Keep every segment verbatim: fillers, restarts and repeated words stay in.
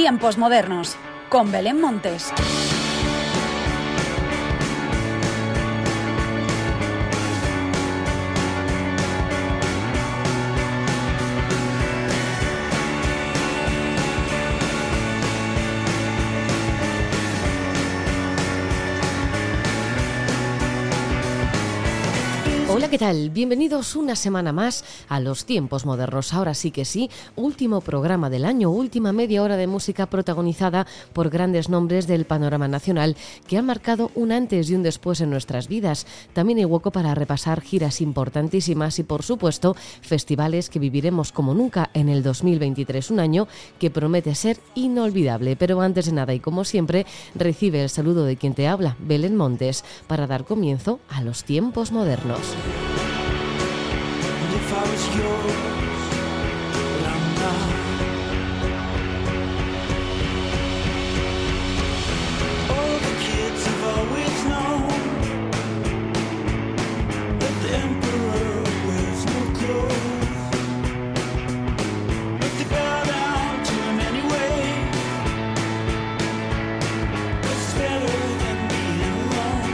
Tiempos modernos, con Belén Montes. Hola, ¿qué tal? Bienvenidos una semana más a los Tiempos Modernos. Ahora sí que sí, último programa del año, última media hora de música protagonizada por grandes nombres del panorama nacional que han marcado un antes y un después en nuestras vidas. También hay hueco para repasar giras importantísimas y, por supuesto, festivales que viviremos como nunca en el dos mil veintitrés, un año que promete ser inolvidable. Pero antes de nada y como siempre, recibe el saludo de quien te habla, Belén Montes, para dar comienzo a los Tiempos Modernos. If I was yours, but I'm not. All the kids have always known that the emperor wears no clothes, but they bow down to him anyway. It's better than being alone.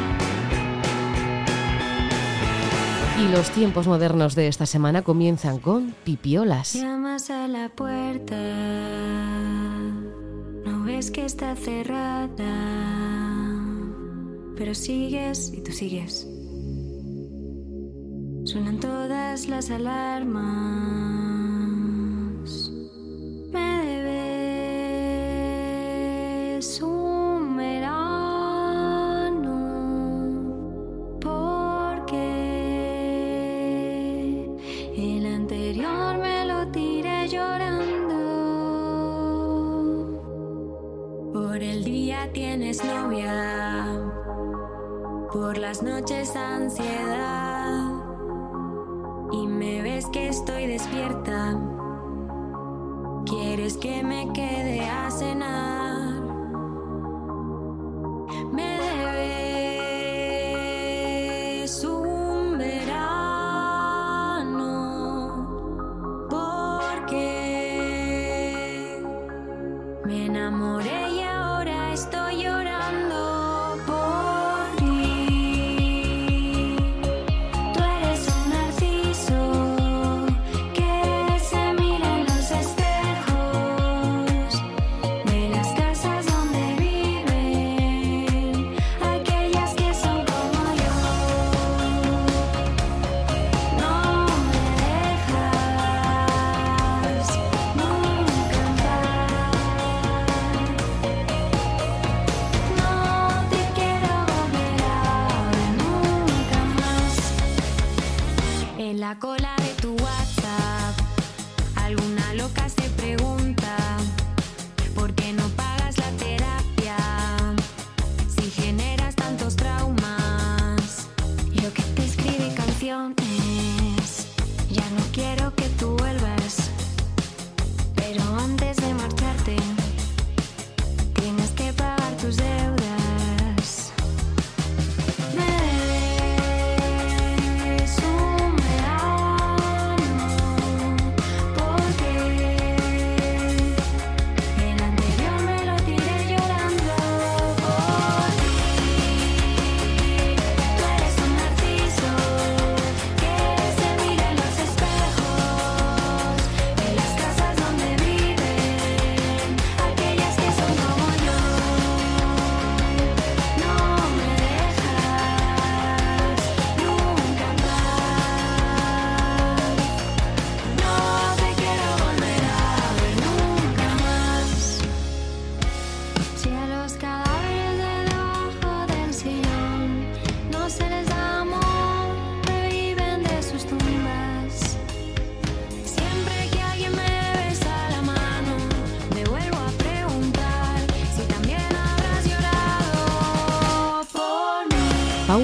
Y los Tiempos Modernos de esta semana comienzan con Pipiolas. Llamas a la puerta, no ves que está cerrada, pero sigues y tú sigues. Suenan todas las alarmas. Me debes un verano, porque el anterior me lo tiré llorando. Por el día tienes novia, por las noches ansiedad, y me ves que estoy despierta. Quieres que me quede a cenar. Me debes un verano, porque me enamoré y ahora estoy llorando por ti. Tú eres un narciso que se mira en los espejos de las casas donde viven aquellas que son como yo. No me dejas nunca en paz. No te quiero volver a ver nunca más. En la cola de tu WhatsApp, alguna loca se pregunta ¿por qué no pagas la terapia? Si generas tantos traumas. Yo que te escribí canciones, ya no quiero que tú vuelvas, pero antes de marcharte tienes que pagar tus deudas. Me debes un verano, porque el anterior me lo tiré llorando por ti. Tú eres un narciso que se mira en los espejos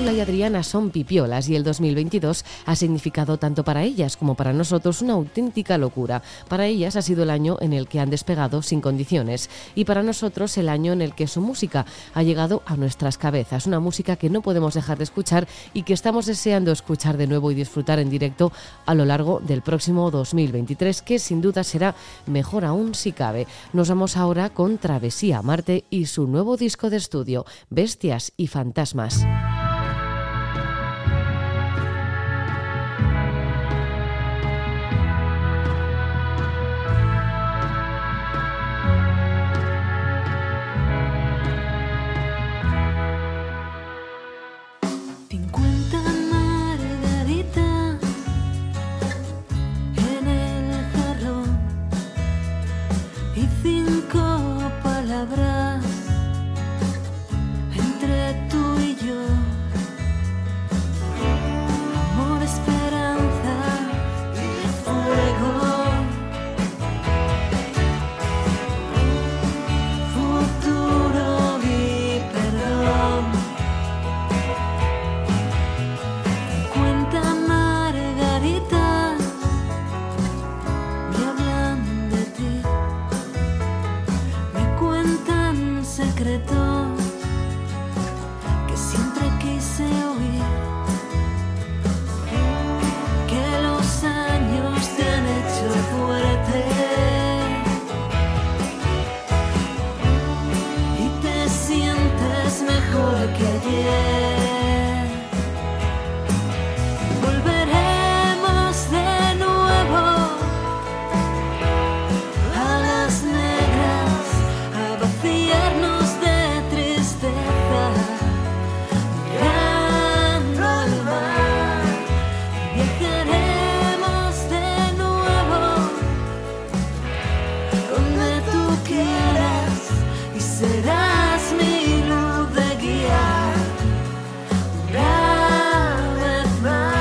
Paula y Adriana son pipiolas y el dos mil veintidós ha significado tanto para ellas como para nosotros una auténtica locura. Para ellas ha sido el año en el que han despegado sin condiciones y para nosotros el año en el que su música ha llegado a nuestras cabezas. Una música que no podemos dejar de escuchar y que estamos deseando escuchar de nuevo y disfrutar en directo a lo largo del próximo dos mil veintitrés, que sin duda será mejor aún si cabe. Nos vamos ahora con Travesía a Marte y su nuevo disco de estudio, Bestias y Fantasmas. Entre tú y yo, amor, esperanza y fuego, futuro y perdón. Cincuenta margaritas me hablan de ti, me cuentan secretos que siempre quise oír, que los años te han hecho fuerte y te sientes mejor que ayer. Volveremos de nuevo a las negras, a vaciarnos de tristeza, mirando al mar. Viajaremos de nuevo donde tú quieras y serás mi luz de guía una vez más.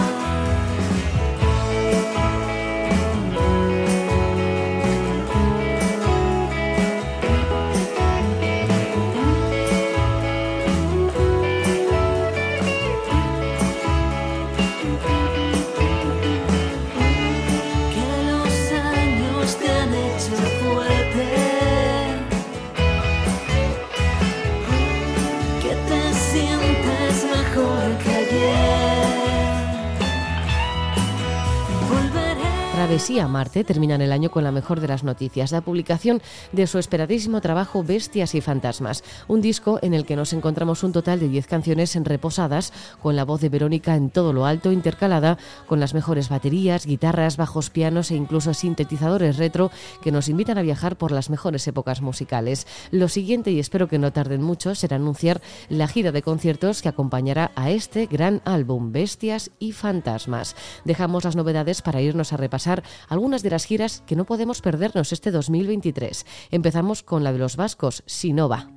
Que los años te han hecho fuerte, que te sientes mejor que ayer. Volveré. Travesía a Marte termina el año con la mejor de las noticias, la publicación de su esperadísimo trabajo Bestias y Fantasmas, un disco en el que nos encontramos un total de diez canciones reposadas, con la voz de Verónica en todo lo alto, intercalada con las mejores baterías, guitarras, bajos, pianos e incluso sintetizadores retro que nos invitan a viajar por las mejores épocas musicales. Lo siguiente, y espero que no tarden mucho, será anunciar la gira de conciertos que acompañará a este gran álbum, Bestias y Fantasmas. Dejamos las novedades para irnos a repasar algunas de las giras que no podemos perdernos este dos mil veintitrés. Empezamos con la de los vascos, Sinova.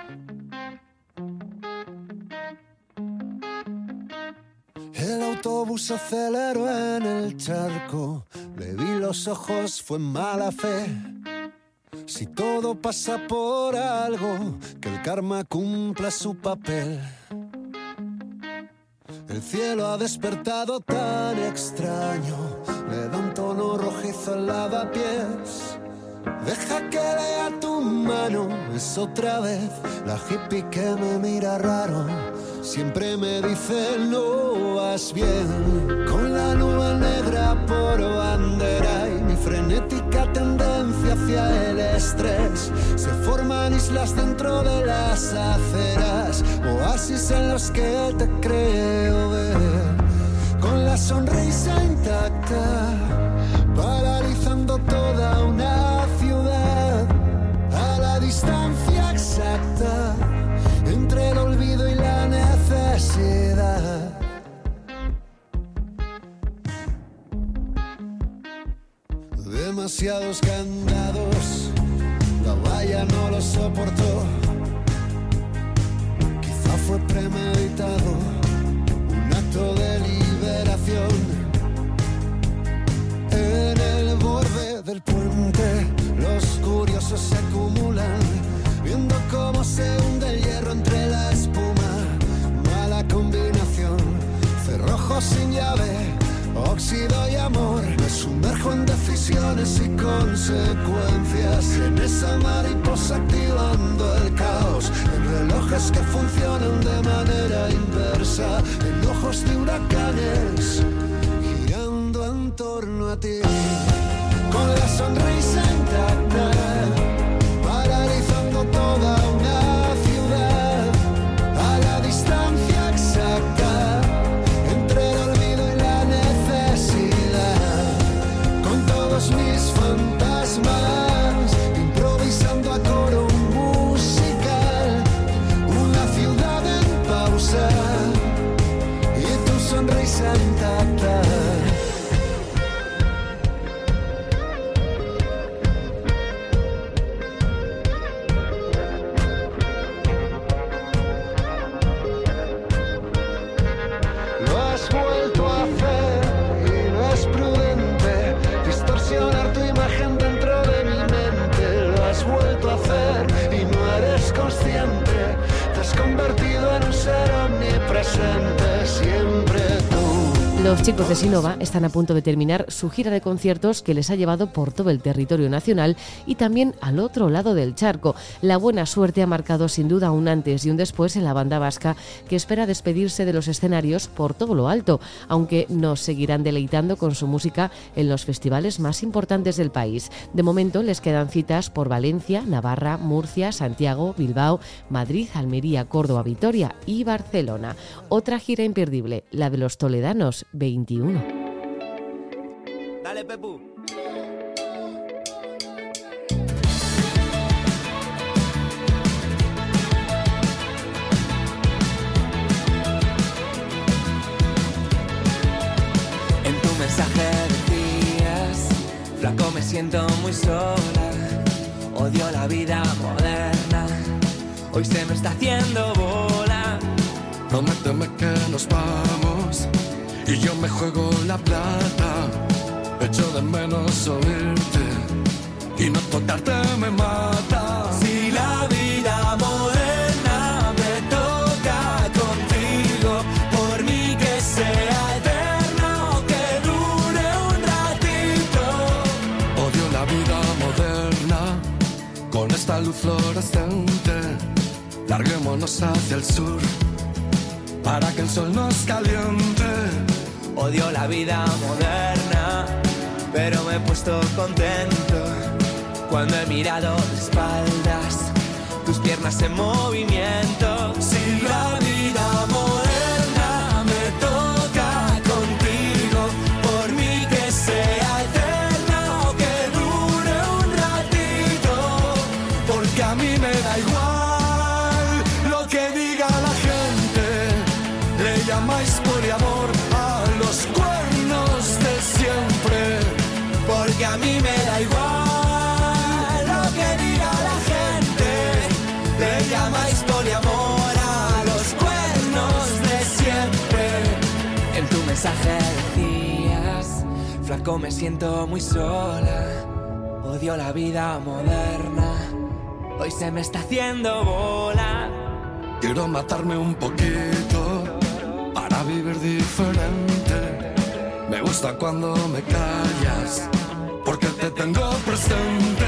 El autobús aceleró en el charco, le vi los ojos, fue mala fe. Si todo pasa por algo, que el karma cumpla su papel. El cielo ha despertado tan extraño, le da un tono rojizo al lavapiés. Deja que lea tu mano, es otra vez la hippie que me mira raro. Siempre me dice no vas bien, con la nube negra por bandera y mi frenética tendencia hacia el estrés. Se forman islas dentro de las aceras, oasis en los que te creo ver. Con la sonrisa intacta, paralizando toda una ciudad, a la distancia exacta entre el olvido y la necesidad. Demasiados candados, la valla no lo soportó. Quizá fue premeditado, un acto de liberación. En el borde del puente, los curiosos se acumulan, viendo cómo se hunde el hierro entre la espuma. Mala combinación. llave, óxido y amor. Me sumerjo en decisiones y consecuencias, en esa mariposa activando el caos, en relojes que funcionan de manera inversa, en ojos de huracanes girando en torno a ti, con la sonrisa intacta, paralizando toda una ciudad, a la distancia exacta entre el olvido y la necesidad, con todos mis fantasmas, improvisando a coro musical, una ciudad en pausa y tu sonrisa intacta. Los chicos de Sinova están a punto de terminar su gira de conciertos que les ha llevado por todo el territorio nacional y también al otro lado del charco. La buena suerte ha marcado sin duda un antes y un después en la banda vasca, que espera despedirse de los escenarios por todo lo alto, aunque nos seguirán deleitando con su música en los festivales más importantes del país. De momento les quedan citas por Valencia, Navarra, Murcia, Santiago, Bilbao, Madrid, Almería, Córdoba, Vitoria y Barcelona. Otra gira imperdible, la de los toledanos veintiuno. Dale, Pepu. En tu mensaje decías: flaco, me siento muy sola, odio la vida moderna, hoy se me está haciendo bola. Prométeme que nos vamos y yo me juego la plata. Echo de menos oírte y no tocarte me mata. Si la vida moderna me toca contigo, por mí que sea eterno, que dure un ratito. Odio la vida moderna con esta luz fluorescente. Larguémonos hacia el sur para que el sol nos caliente. Odio la vida moderna, pero me he puesto contento cuando he mirado de espaldas tus piernas en movimiento. Si la vida moderna me toca contigo, por mí que sea eterno, que dure un ratito, porque a mí me da igual lo que diga la gente. Le llamáis poliamor a los cuernos de siempre, porque a mí me da igual lo que diga la gente. Le llamáis poliamor a los cuernos de siempre. En tu mensaje decías: flaco, me siento muy sola, odio la vida moderna, hoy se me está haciendo bola. Quiero matarme un poquito para vivir diferente. Me gusta cuando me callas, porque te tengo presente.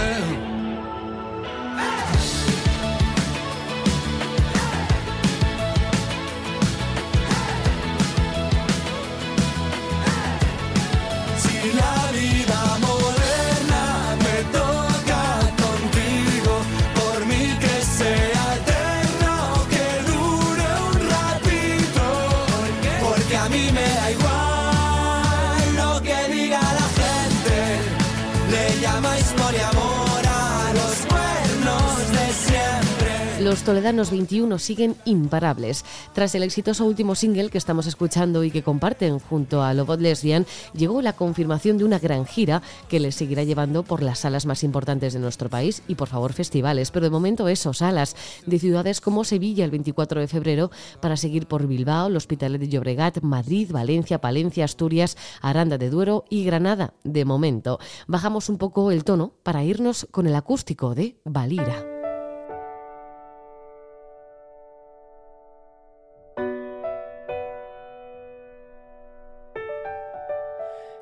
Si la vida moderna me toca contigo, por mí que sea eterno, que dure un ratito, porque a mí me da igual lo que diga la gente. Le llamáis poliamor a los cuernos de siempre. Los toledanos veintiuno siguen imparables. Tras el exitoso último single que estamos escuchando y que comparten junto a Lobot Lesbian, llegó la confirmación de una gran gira que les seguirá llevando por las salas más importantes de nuestro país y, por favor, festivales. Pero de momento eso, salas de ciudades como Sevilla el veinticuatro de febrero, para seguir por Bilbao, el Hospitalet de Llobregat, Madrid, Valencia, Palencia, Asturias, Aranda de Duero y Granada. De momento, bajamos un poco el tono para irnos con el acústico de Valira.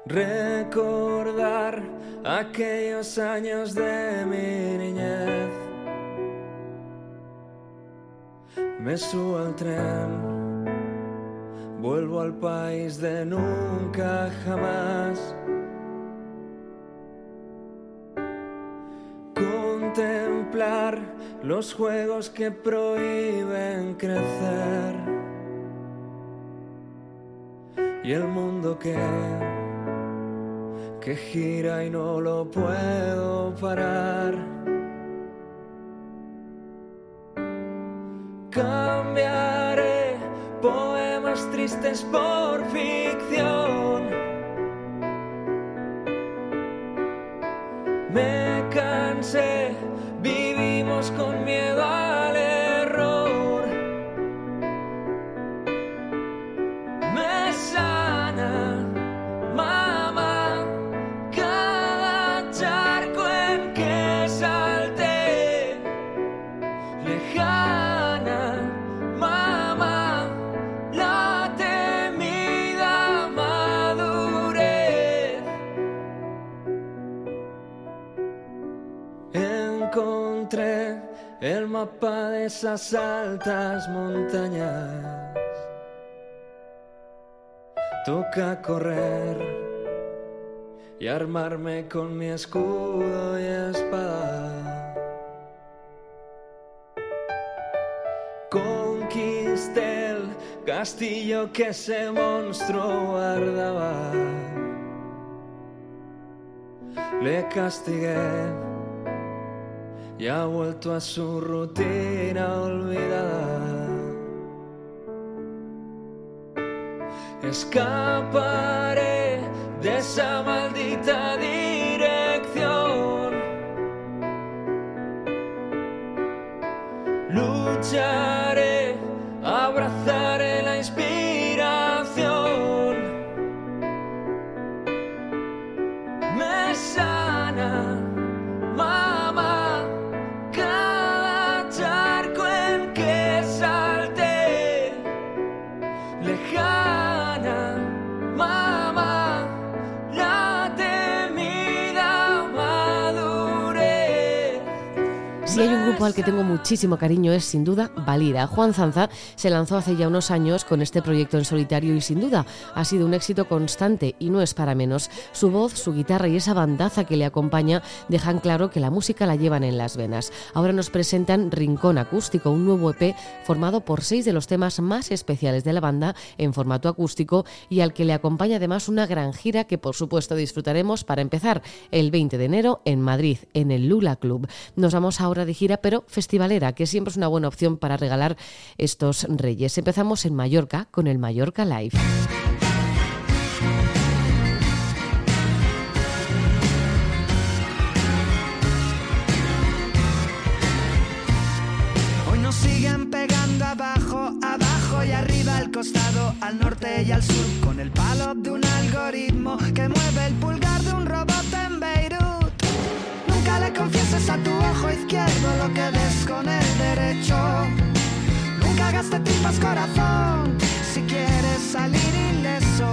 recordar aquellos años de mi niñez. Me subo al tren, vuelvo al país de nunca jamás. Contemplar los juegos que prohíben crecer y el mundo que que gira y no lo puedo parar. Cambiaré poemas tristes por ficción. Me cansé, vivimos con miedo al error. Me sana, mamá, cada charco en que salté. Lejana, mamá, la temida madurez. Encontré el mapa de esas altas montañas. Toca correr y armarme con mi escudo y espada. Conquisté el castillo que ese monstruo guardaba. Le castigué y ha vuelto a su rutina olvidada. Escaparé de esa maldita dirección. Lucharé, abrazaré la inspiración. Me sana, mamá, cada charco en que salté. Lejana, mamá, la temida madurez. Si hay un grupo al que tengo muchísimo cariño es sin duda Valira. Juan Zanza se lanzó hace ya unos años con este proyecto en solitario y sin duda ha sido un éxito constante y no es para menos. Su voz, su guitarra y esa bandaza que le acompaña dejan claro que la música la llevan en las venas. Ahora nos presentan Rincón Acústico, un nuevo E P formado por seis de los temas más especiales de la banda en formato acústico y al que le acompaña además una gran gira que por supuesto disfrutaremos para empezar el veinte de enero en Madrid, en el Lula Club. Nos vamos ahora de gira, pero festivalera, que siempre es una buena opción para regalar estos reyes. Empezamos en Mallorca con el Mallorca Live. Hoy nos siguen pegando abajo, abajo y arriba, al costado, al norte y al sur, con el palo de un algoritmo que mueve el pulgar de un robot en Beirut. Nunca le confieses a tu ojo izquierdo lo que ves con el derecho. Nunca hagas de tripas corazón si quieres salir ileso.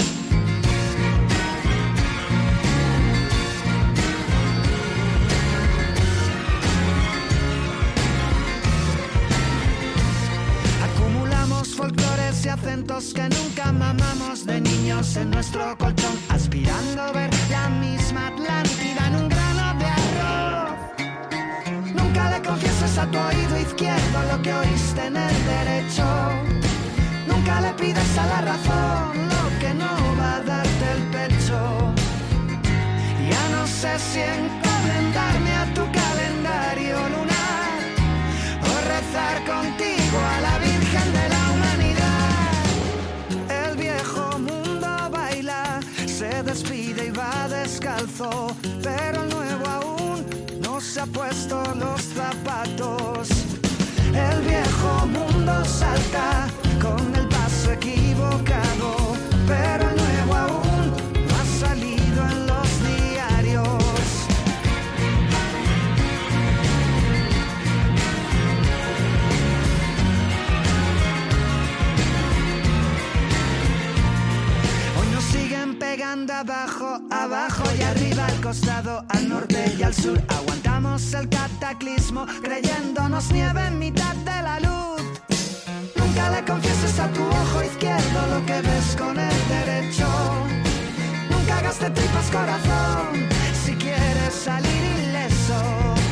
Acumulamos folclores y acentos que nunca mamamos de niños en nuestro colchón, aspirando a ver la misma Atlántida en un grano de arroz. Nunca le confieses a tu oído izquierdo lo que oíste en el derecho. Nunca le pides a la razón lo que no va a darte el pecho. Ya no sé si encomendarme a tu calendario lunar o rezar contigo a la Virgen de la Humanidad. El viejo mundo baila, se despide y va descalzo, pero el nuevo aún no se ha puesto los zapatos. El viejo mundo salta con el paso equivocado, pero el nuevo aún no ha salido en los diarios. Hoy nos siguen pegando anda abajo, abajo y arriba, al costado, al norte y al sur. Aguantamos el cataclismo creyéndonos nieve en mitad de la luz. Nunca le confieses a tu ojo izquierdo lo que ves con el derecho. Nunca hagas de tripas corazón si quieres salir ileso.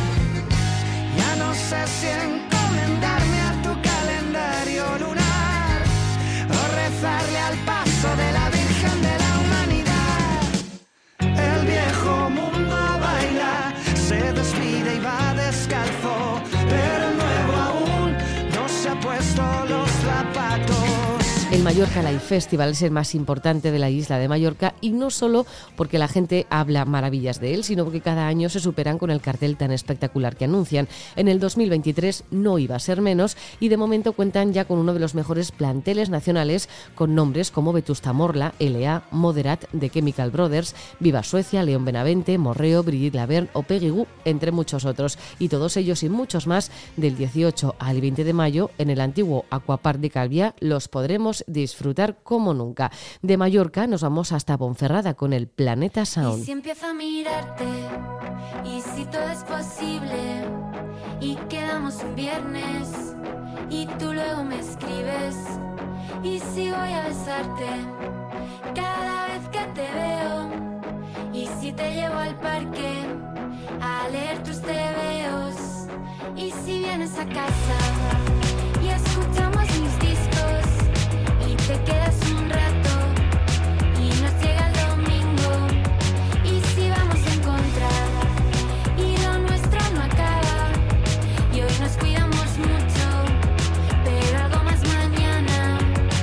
Ya no sé si encomendarme a tu calendario lunar o rezarle al paso de la Virgen de la Humanidad. El viejo mundo baila, se despide y va descalzo, pero el nuevo aún no se ha puesto los zapatos. El Mallorca Live Festival es el más importante de la isla de Mallorca, y no solo porque la gente habla maravillas de él, sino porque cada año se superan con el cartel tan espectacular que anuncian. En el dos mil veintitrés no iba a ser menos, y de momento cuentan ya con uno de los mejores planteles nacionales, con nombres como Vetusta Morla, L A, Moderat, The Chemical Brothers, Viva Suecia, León Benavente, Morreo, Brigitte Laverne o Peggy Gou, entre muchos otros. Y todos ellos y muchos más, del dieciocho al veinte de mayo, en el antiguo Aquapark de Calviá, los podremos disfrutar como nunca. De Mallorca nos vamos hasta Ponferrada con el Planeta Sound. Y si empiezo a mirarte, y si todo es posible, y quedamos un viernes, y tú luego me escribes, y si voy a besarte cada vez que te veo, y si te llevo al parque a leer tus tebeos, y si vienes a casa y escuchamos mis discos, te quedas un rato y nos llega el domingo, y si vamos a encontrar y lo nuestro no acaba, y hoy nos cuidamos mucho, pero algo más mañana.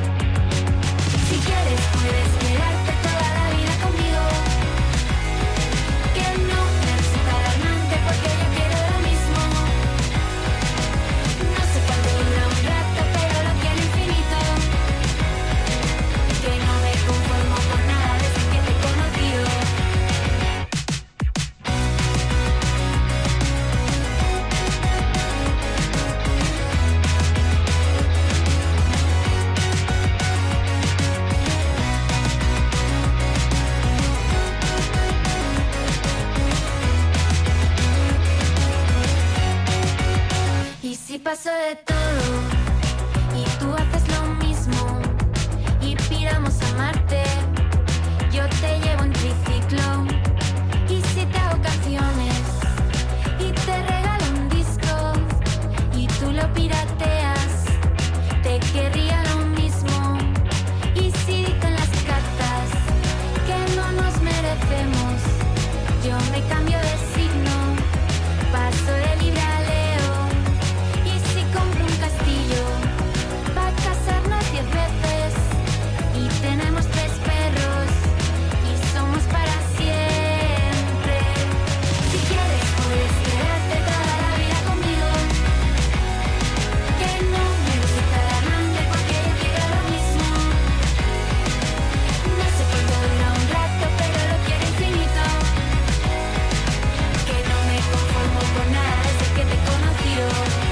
Si quieres puedes quedarte toda la vida conmigo, que no me resulta alarmante porque yo quiero lo mismo. No sé cuánto dura un rato, pero lo quiero infinito. Que no me conformo con nada desde que te he conocido. Y si paso de todo y tú haces lo mismo, y piramos a Marte, yo te llevo en triciclo, y si te hago canciones y te regalo un disco y tú lo pirateas, te querría lo mismo. Y si dicen las cartas que no nos merecemos, yo me cambio de signo, paso de libre a Leo, y si compro un castillo va a casarnos diez veces, y tenemos tres perros y somos para siempre. Si quieres puedes quedarte toda la vida conmigo, que no me resulta alarmante porque yo quiero lo mismo. No sé cuánto dura un rato, pero lo quiero infinito. Que no me conformo con nada desde que te he conocido.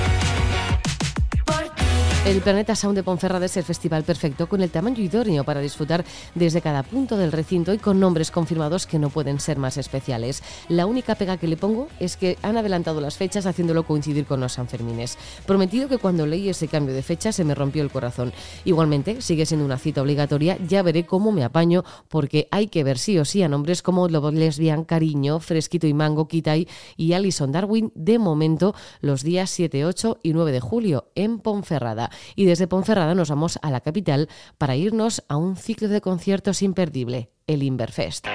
Por ti. El Planeta Sound de Ponferrada es el festival perfecto, con el tamaño idóneo para disfrutar desde cada punto del recinto y con nombres confirmados que no pueden ser más especiales. La única pega que le pongo es que han adelantado las fechas haciéndolo coincidir con los Sanfermines. Prometido que cuando leí ese cambio de fecha se me rompió el corazón. Igualmente, sigue siendo una cita obligatoria, ya veré cómo me apaño, porque hay que ver sí o sí a nombres como Lobo Lesbian, Cariño, Fresquito y Mango, Kitai y Alison Darwin, de momento los días siete, ocho y nueve de julio en Ponferrada. Y desde Ponferrada nos vamos a la capital para irnos a un ciclo de conciertos imperdible, el Inverfest.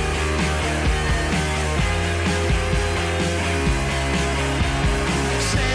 Sé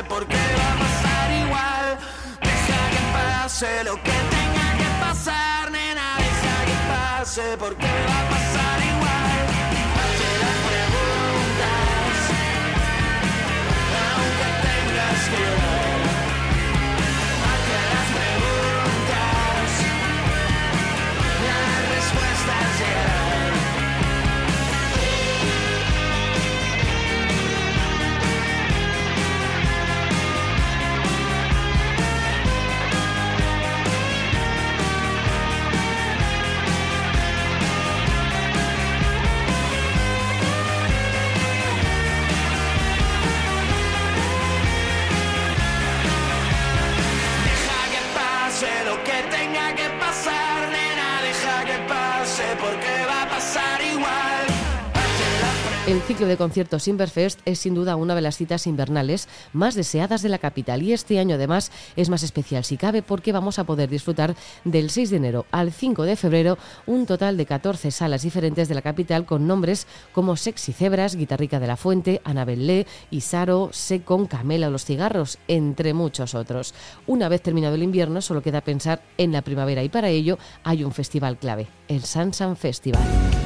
porque va a pasar igual. Deja que pase lo que tenga que pasar, nena, deja que pase porque va a pasar igual. Hazte las preguntas, aunque tengas que llorar. Hazte las preguntas, las respuestas llegarán. Lo que tenga que pasar, nena, deja que pase porque va a pasar igual. El ciclo de conciertos Inverfest es sin duda una de las citas invernales más deseadas de la capital y este año además es más especial si cabe porque vamos a poder disfrutar del seis de enero al cinco de febrero un total de catorce salas diferentes de la capital con nombres como Sexy Zebras, Guitarrica de la Fuente, Anabel Lee, Isaro, Secon, Camela o Los Cigarros, entre muchos otros. Una vez terminado el invierno solo queda pensar en la primavera y para ello hay un festival clave, el Sansan Festival.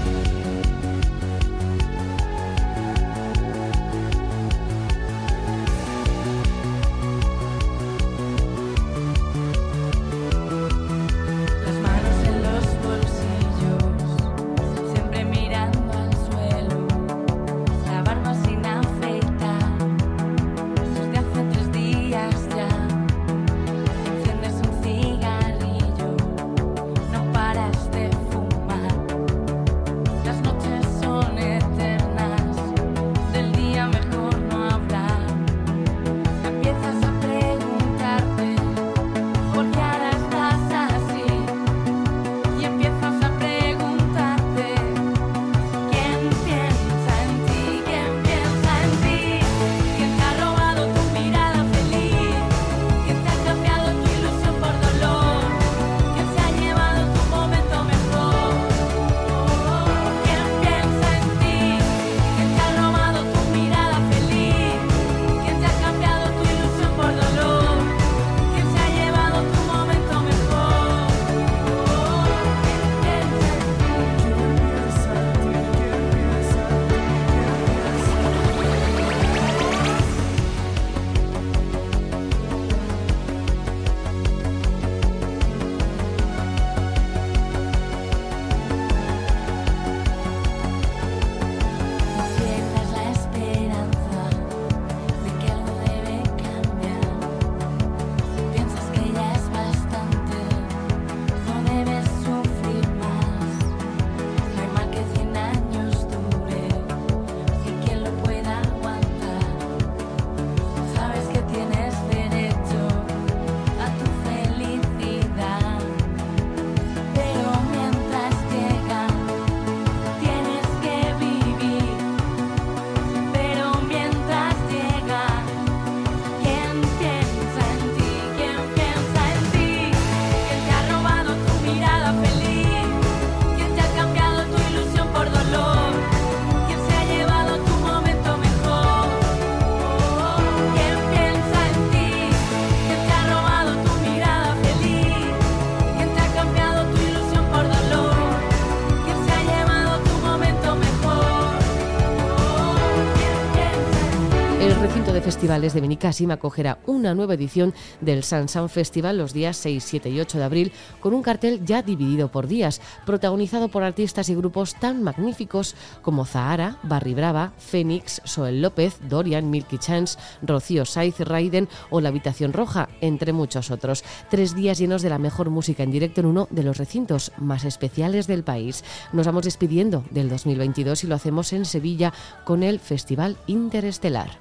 Festivales de Benicàssim acogerá una nueva edición del Sansan Festival los días seis, siete y ocho de abril con un cartel ya dividido por días, protagonizado por artistas y grupos tan magníficos como Zahara, Barry Brava, Fénix, Soel López, Dorian, Milky Chance, Rocío Saiz, Raiden o La Habitación Roja, entre muchos otros. Tres días llenos de la mejor música en directo en uno de los recintos más especiales del país. Nos vamos despidiendo del dos mil veintidós y lo hacemos en Sevilla con el Festival Interestelar.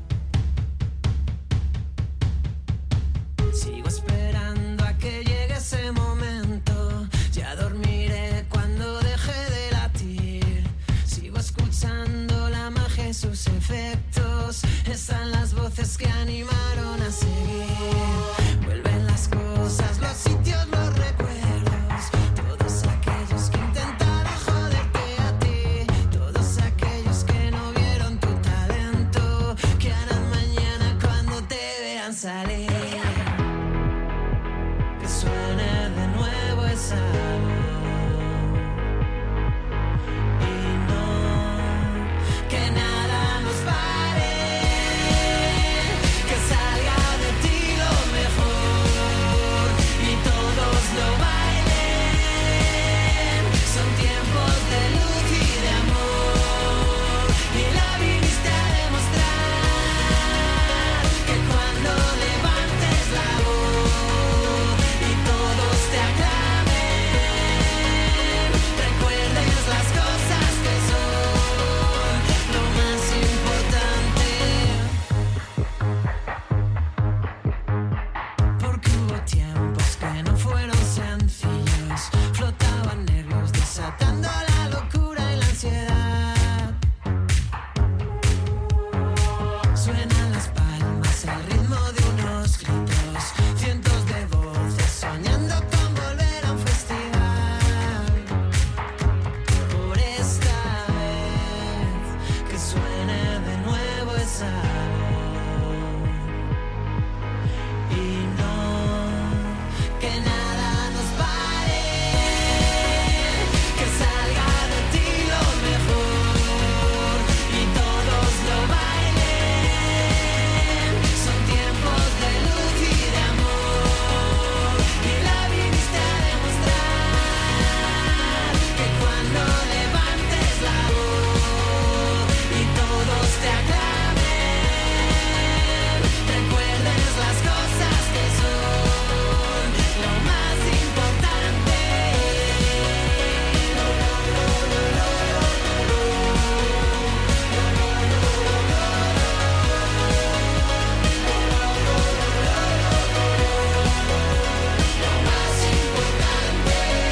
Sigo esperando a que llegue ese momento. Ya dormiré cuando deje de latir. Sigo escuchando la magia y sus efectos. Están las voces que animaron a seguir. Vuelven las cosas, los sitios, los recuerdos. Todos aquellos que intentaron joderte a ti. Todos aquellos que no vieron tu talento. Que harán mañana cuando te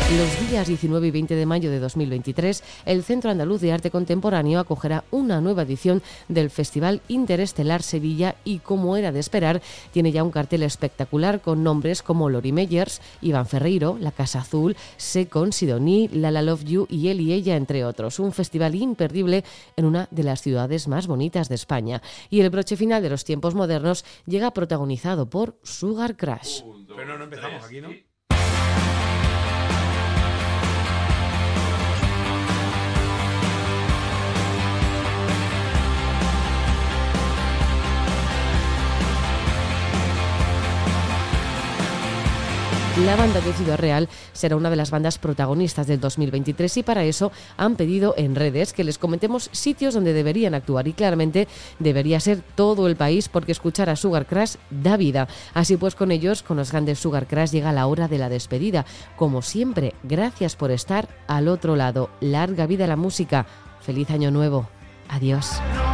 Los días diecinueve y veinte de mayo de dos mil veintitrés, el Centro Andaluz de Arte Contemporáneo acogerá una nueva edición del Festival Interestelar Sevilla y, como era de esperar, tiene ya un cartel espectacular con nombres como Lori Meyers, Iván Ferreiro, La Casa Azul, Secon, Sidoní, Lala Love You y Él y Ella, entre otros. Un festival imperdible en una de las ciudades más bonitas de España. Y el broche final de los tiempos modernos llega protagonizado por Sugar Crash. Pero no, no empezamos aquí, ¿no? La banda de Ciudad Real será una de las bandas protagonistas del dos mil veintitrés y para eso han pedido en redes que les comentemos sitios donde deberían actuar y claramente debería ser todo el país porque escuchar a Sugar Crash da vida. Así pues, con ellos, con los grandes Sugar Crash, llega la hora de la despedida. Como siempre, gracias por estar al otro lado. Larga vida a la música. Feliz año nuevo. Adiós.